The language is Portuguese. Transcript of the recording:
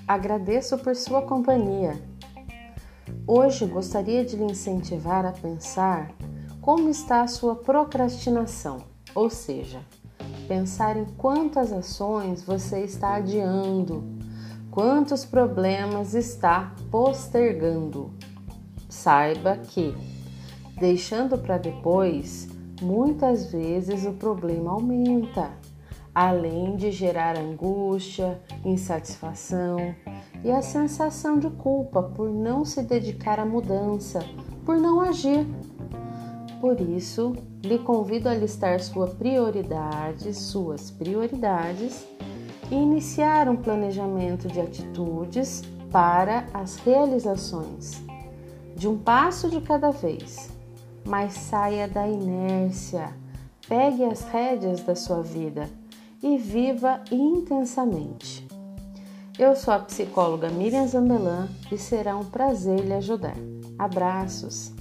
Agradeço por sua companhia. Hoje gostaria de lhe incentivar a pensar como está a sua procrastinação, ou seja, pensar em quantas ações você está adiando, quantos problemas está postergando. Saiba que, deixando para depois, muitas vezes o problema aumenta, além de gerar angústia, insatisfação e a sensação de culpa por não se dedicar à mudança, por não agir. Por isso, lhe convido a listar suas prioridades e iniciar um planejamento de atitudes para as realizações, de um passo de cada vez, mas saia da inércia, pegue as rédeas da sua vida e viva intensamente. Eu sou a psicóloga Miriam Zambellan e será um prazer lhe ajudar. Abraços!